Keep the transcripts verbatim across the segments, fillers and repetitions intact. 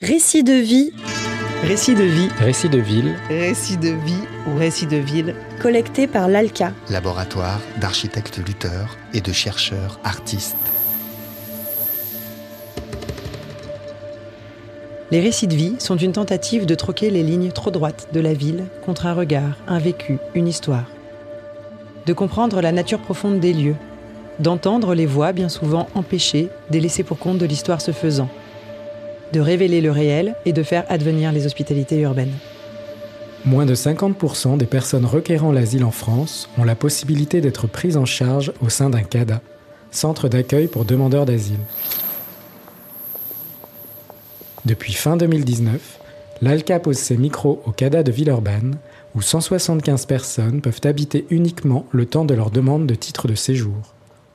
Récit de vie, Récit de vie, Récit de ville, récit de vie ou récit de ville, collecté par l'A L C A. Laboratoire d'architectes lutteurs et de chercheurs artistes. Les récits de vie sont une tentative de troquer les lignes trop droites de la ville contre un regard, un vécu, une histoire. De comprendre la nature profonde des lieux, d'entendre les voix bien souvent empêchées des laissés pour compte de l'histoire se faisant, de révéler le réel et de faire advenir les hospitalités urbaines. moins de cinquante pour cent des personnes requérant l'asile en France ont la possibilité d'être prises en charge au sein d'un CADA, Centre d'accueil pour demandeurs d'asile. Depuis fin deux mille dix-neuf, l'A L C A pose ses micros au CADA de Villeurbanne, où cent soixante-quinze personnes peuvent habiter uniquement le temps de leur demande de titre de séjour.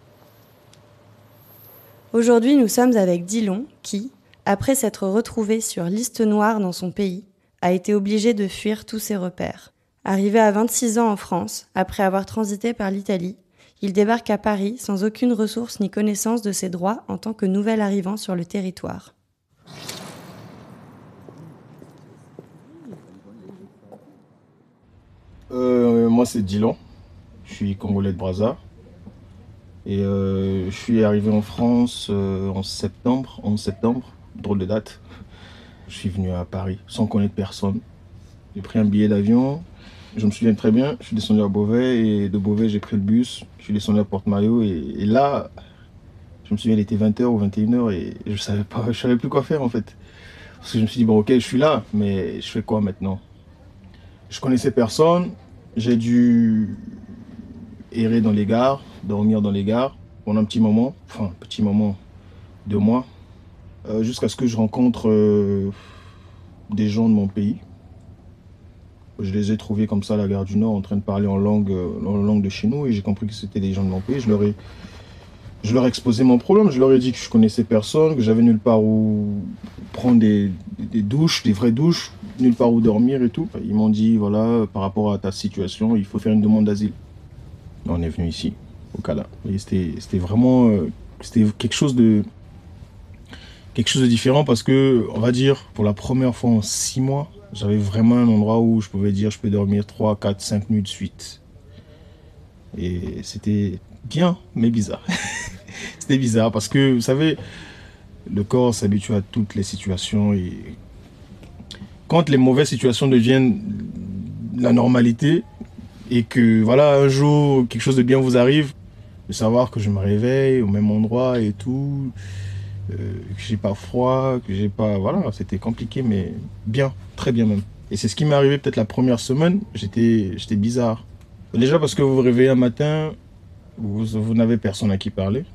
Aujourd'hui, nous sommes avec Dillon qui, après s'être retrouvé sur liste noire dans son pays, a été obligé de fuir tous ses repères. Arrivé à vingt-six ans en France, après avoir transité par l'Italie, il débarque à Paris sans aucune ressource ni connaissance de ses droits en tant que nouvel arrivant sur le territoire. Euh, moi c'est Dillon, je suis congolais de Brazza et euh, je suis arrivé en France euh, en septembre, onze septembre, drôle de date. Je suis venu à Paris sans connaître personne. J'ai pris un billet d'avion, je me souviens très bien, je suis descendu à Beauvais et de Beauvais j'ai pris le bus, je suis descendu à Porte-Maillot et, et là, je me souviens il était vingt heures ou vingt et une heures et je savais pas, je savais plus quoi faire en fait. Parce que je me suis dit bon ok je suis là, mais je fais quoi maintenant? Je connaissais personne, j'ai dû errer dans les gares, dormir dans les gares pendant un petit moment, enfin un petit moment, deux mois, euh, jusqu'à ce que je rencontre euh, des gens de mon pays. Je les ai trouvés comme ça à la gare du Nord en train de parler en langue, euh, en langue de chez nous et j'ai compris que c'était des gens de mon pays. Je leur ai, je leur ai exposé mon problème, je leur ai dit que je connaissais personne, que j'avais nulle part où prendre des, des douches, des vraies douches, nulle part où dormir et tout. Ils m'ont dit, voilà, par rapport à ta situation, il faut faire une demande d'asile. On est venu ici, au CADA. Et c'était, c'était vraiment euh, c'était quelque chose de quelque chose de différent parce que, on va dire, pour la première fois en six mois, j'avais vraiment un endroit où je pouvais dire je peux dormir trois, quatre, cinq nuits de suite. Et c'était bien, mais bizarre. C'était bizarre parce que, vous savez, le corps s'habitue à toutes les situations et quand les mauvaises situations deviennent la normalité et que voilà un jour quelque chose de bien vous arrive, de savoir que je me réveille au même endroit et tout, euh, que j'ai pas froid, que j'ai pas voilà, c'était compliqué mais bien, très bien même. Et c'est ce qui m'est arrivé peut-être la première semaine, j'étais j'étais bizarre. Déjà parce que vous vous réveillez un matin, vous, vous n'avez personne à qui parler.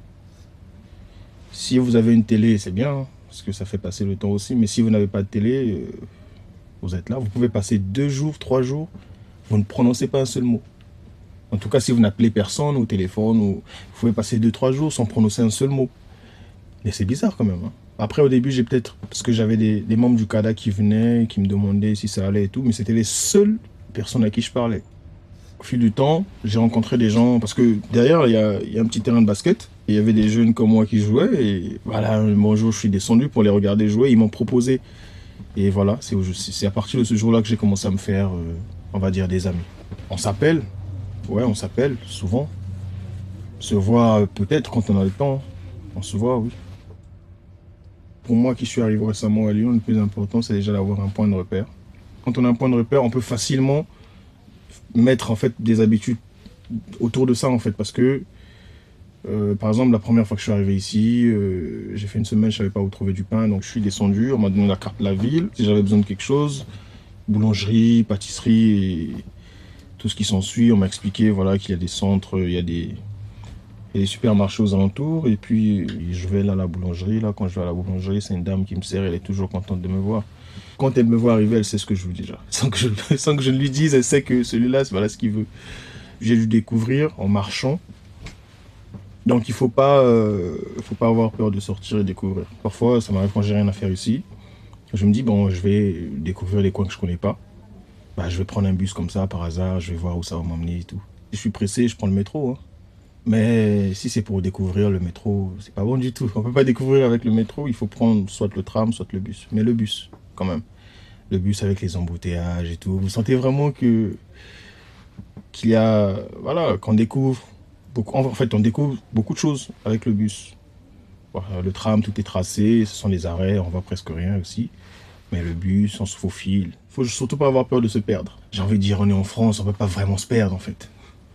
Si vous avez une télé, c'est bien, hein, parce que ça fait passer le temps aussi. Mais si vous n'avez pas de télé, euh, vous êtes là. Vous pouvez passer deux jours, trois jours, vous ne prononcez pas un seul mot. En tout cas, si vous n'appelez personne au téléphone, ou, vous pouvez passer deux, trois jours sans prononcer un seul mot. Mais c'est bizarre quand même. Hein. Après, au début, j'ai peut-être... Parce que j'avais des, des membres du CADA qui venaient, qui me demandaient si ça allait et tout. Mais c'était les seules personnes à qui je parlais. Au fil du temps, j'ai rencontré des gens... Parce que derrière, il y a, il y a un petit terrain de basket. Et il y avait des jeunes comme moi qui jouaient. Et voilà, un bon jour, je suis descendu pour les regarder jouer. Ils m'ont proposé. Et voilà, c'est, c'est à partir de ce jour-là que j'ai commencé à me faire, euh, on va dire, des amis. On s'appelle. Ouais, on s'appelle souvent. On se voit euh, peut-être quand on a le temps. On se voit, oui. Pour moi qui suis arrivé récemment à Lyon, le plus important, c'est déjà d'avoir un point de repère. Quand on a un point de repère, on peut facilement mettre en fait des habitudes autour de ça en fait, parce que euh, par exemple la première fois que je suis arrivé ici, euh, j'ai fait une semaine, je savais pas où trouver du pain, donc je suis descendu, on m'a donné la carte de la ville, si j'avais besoin de quelque chose, boulangerie, pâtisserie et tout ce qui s'ensuit, on m'a expliqué voilà qu'il y a des centres, il y a des, il y a des supermarchés aux alentours et puis je vais là à la boulangerie, là quand je vais à la boulangerie, c'est une dame qui me sert, elle est toujours contente de me voir. Quand elle me voit arriver, elle sait ce que je veux déjà. Sans que je, sans que je lui dise, elle sait que celui-là, voilà ce qu'il veut. J'ai dû découvrir en marchant. Donc il ne faut pas, euh, faut pas avoir peur de sortir et découvrir. Parfois, ça m'arrive quand j'ai rien à faire ici. Je me dis, bon, je vais découvrir des coins que je ne connais pas. Bah, je vais prendre un bus comme ça, par hasard, je vais voir où ça va m'emmener et tout. Si je suis pressé, je prends le métro. Hein. Mais si c'est pour découvrir le métro, c'est pas bon du tout. On peut pas découvrir avec le métro, il faut prendre soit le tram, soit le bus. Mais le bus, quand même. Le bus avec les embouteillages et tout. Vous sentez vraiment que qu'il y a, voilà, qu'on découvre beaucoup. En fait, on découvre beaucoup de choses avec le bus. Voilà, le tram, tout est tracé, ce sont les arrêts, on voit presque rien aussi. Mais le bus, on se faufile. Il faut surtout pas avoir peur de se perdre. J'ai envie de dire, on est en France, on peut pas vraiment se perdre en fait.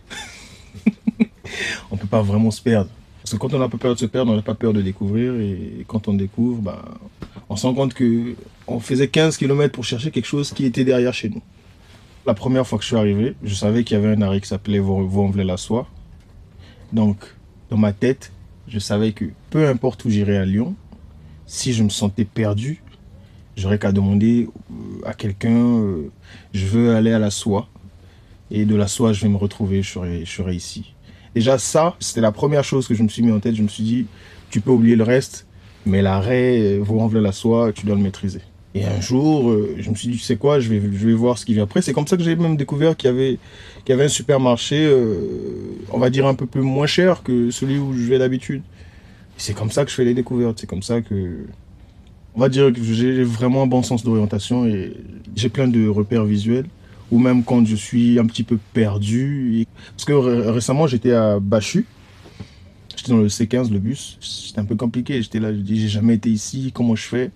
On peut pas vraiment se perdre. Parce que quand on n'a pas peur de se perdre, on n'a pas peur de découvrir. Et quand on découvre, bah, on se rend compte qu'on faisait quinze kilomètres pour chercher quelque chose qui était derrière chez nous. La première fois que je suis arrivé, je savais qu'il y avait un arrêt qui s'appelait Vaux-en-Velay-la-Soie. Donc, dans ma tête, je savais que peu importe où j'irais à Lyon, si je me sentais perdu, j'aurais qu'à demander à quelqu'un, euh, je veux aller à la Soie. Et de la Soie, je vais me retrouver, je serai, je serai ici. Déjà ça, c'était la première chose que je me suis mis en tête. Je me suis dit, tu peux oublier le reste, mais l'arrêt, Vaux-en-Velay-la-Soie, tu dois le maîtriser. Et un jour, euh, je me suis dit, tu sais quoi, je vais, je vais voir ce qui vient après. C'est comme ça que j'ai même découvert qu'il y avait, qu'il y avait un supermarché, euh, on va dire un peu plus moins cher que celui où je vais d'habitude. C'est comme ça que je fais les découvertes. C'est comme ça que, on va dire que j'ai vraiment un bon sens d'orientation et j'ai plein de repères visuels. Ou même quand je suis un petit peu perdu. Parce que récemment, j'étais à Bachu. J'étais dans le C quinze, le bus. C'était un peu compliqué. J'étais là, je dis, j'ai jamais été ici, comment je fais?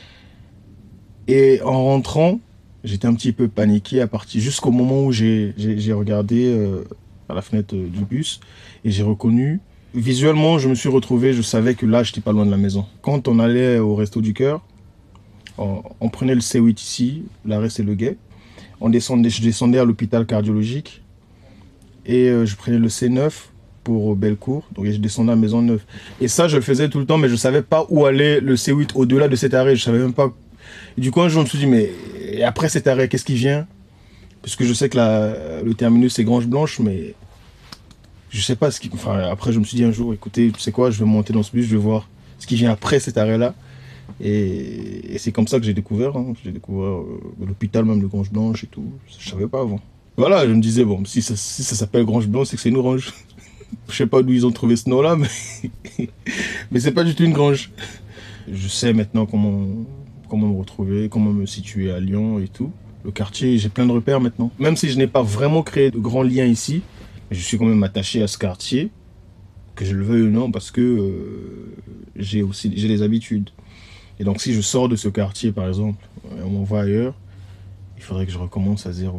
Et en rentrant, j'étais un petit peu paniqué à partir jusqu'au moment où j'ai regardé euh, à la fenêtre du bus et j'ai reconnu. Visuellement, je me suis retrouvé, je savais que là, j'étais pas loin de la maison. Quand on allait au Resto du Cœur, on, on prenait le C huit ici, l'arrêt c'est le Guet. On descendait, je descendais à l'hôpital cardiologique et euh, je prenais le C neuf pour Bellecour. Donc je descendais à Maisonneuve. Et ça, je le faisais tout le temps, mais je ne savais pas où allait le C huit au-delà de cet arrêt. Je savais même pas. Et du coup, un jour, je me suis dit, mais et après cet arrêt, qu'est-ce qui vient? Parce que je sais que la, le terminus, c'est Grange Blanche, mais je sais pas ce qui. Enfin, après, je me suis dit un jour, écoutez, tu sais quoi, je vais monter dans ce bus, je vais voir ce qui vient après cet arrêt-là. Et, et c'est comme ça que j'ai découvert, hein. J'ai découvert euh, l'hôpital même de Grange Blanche et tout. Je savais pas avant. Voilà, je me disais, bon, si ça, si ça s'appelle Grange Blanche, c'est que c'est une grange. Je sais pas d'où ils ont trouvé ce nom-là, mais, mais c'est pas du tout une grange. Je sais maintenant comment, comment me retrouver, comment me situer à Lyon et tout. Le quartier, j'ai plein de repères maintenant. Même si je n'ai pas vraiment créé de grands liens ici, je suis quand même attaché à ce quartier, que je le veuille ou non, parce que euh, j'ai aussi j'ai des habitudes. Et donc si je sors de ce quartier, par exemple, et on va ailleurs, il faudrait que je recommence à zéro.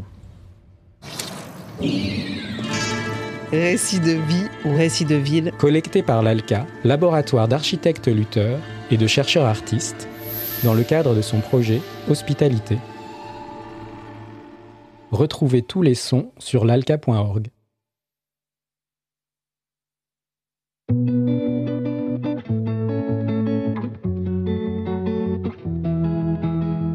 Récits de vie ou récits de ville. Collecté par l'A L C A, laboratoire d'architectes lutteurs et de chercheurs artistes, dans le cadre de son projet Hospitalité. Retrouvez tous les sons sur l'alca point org.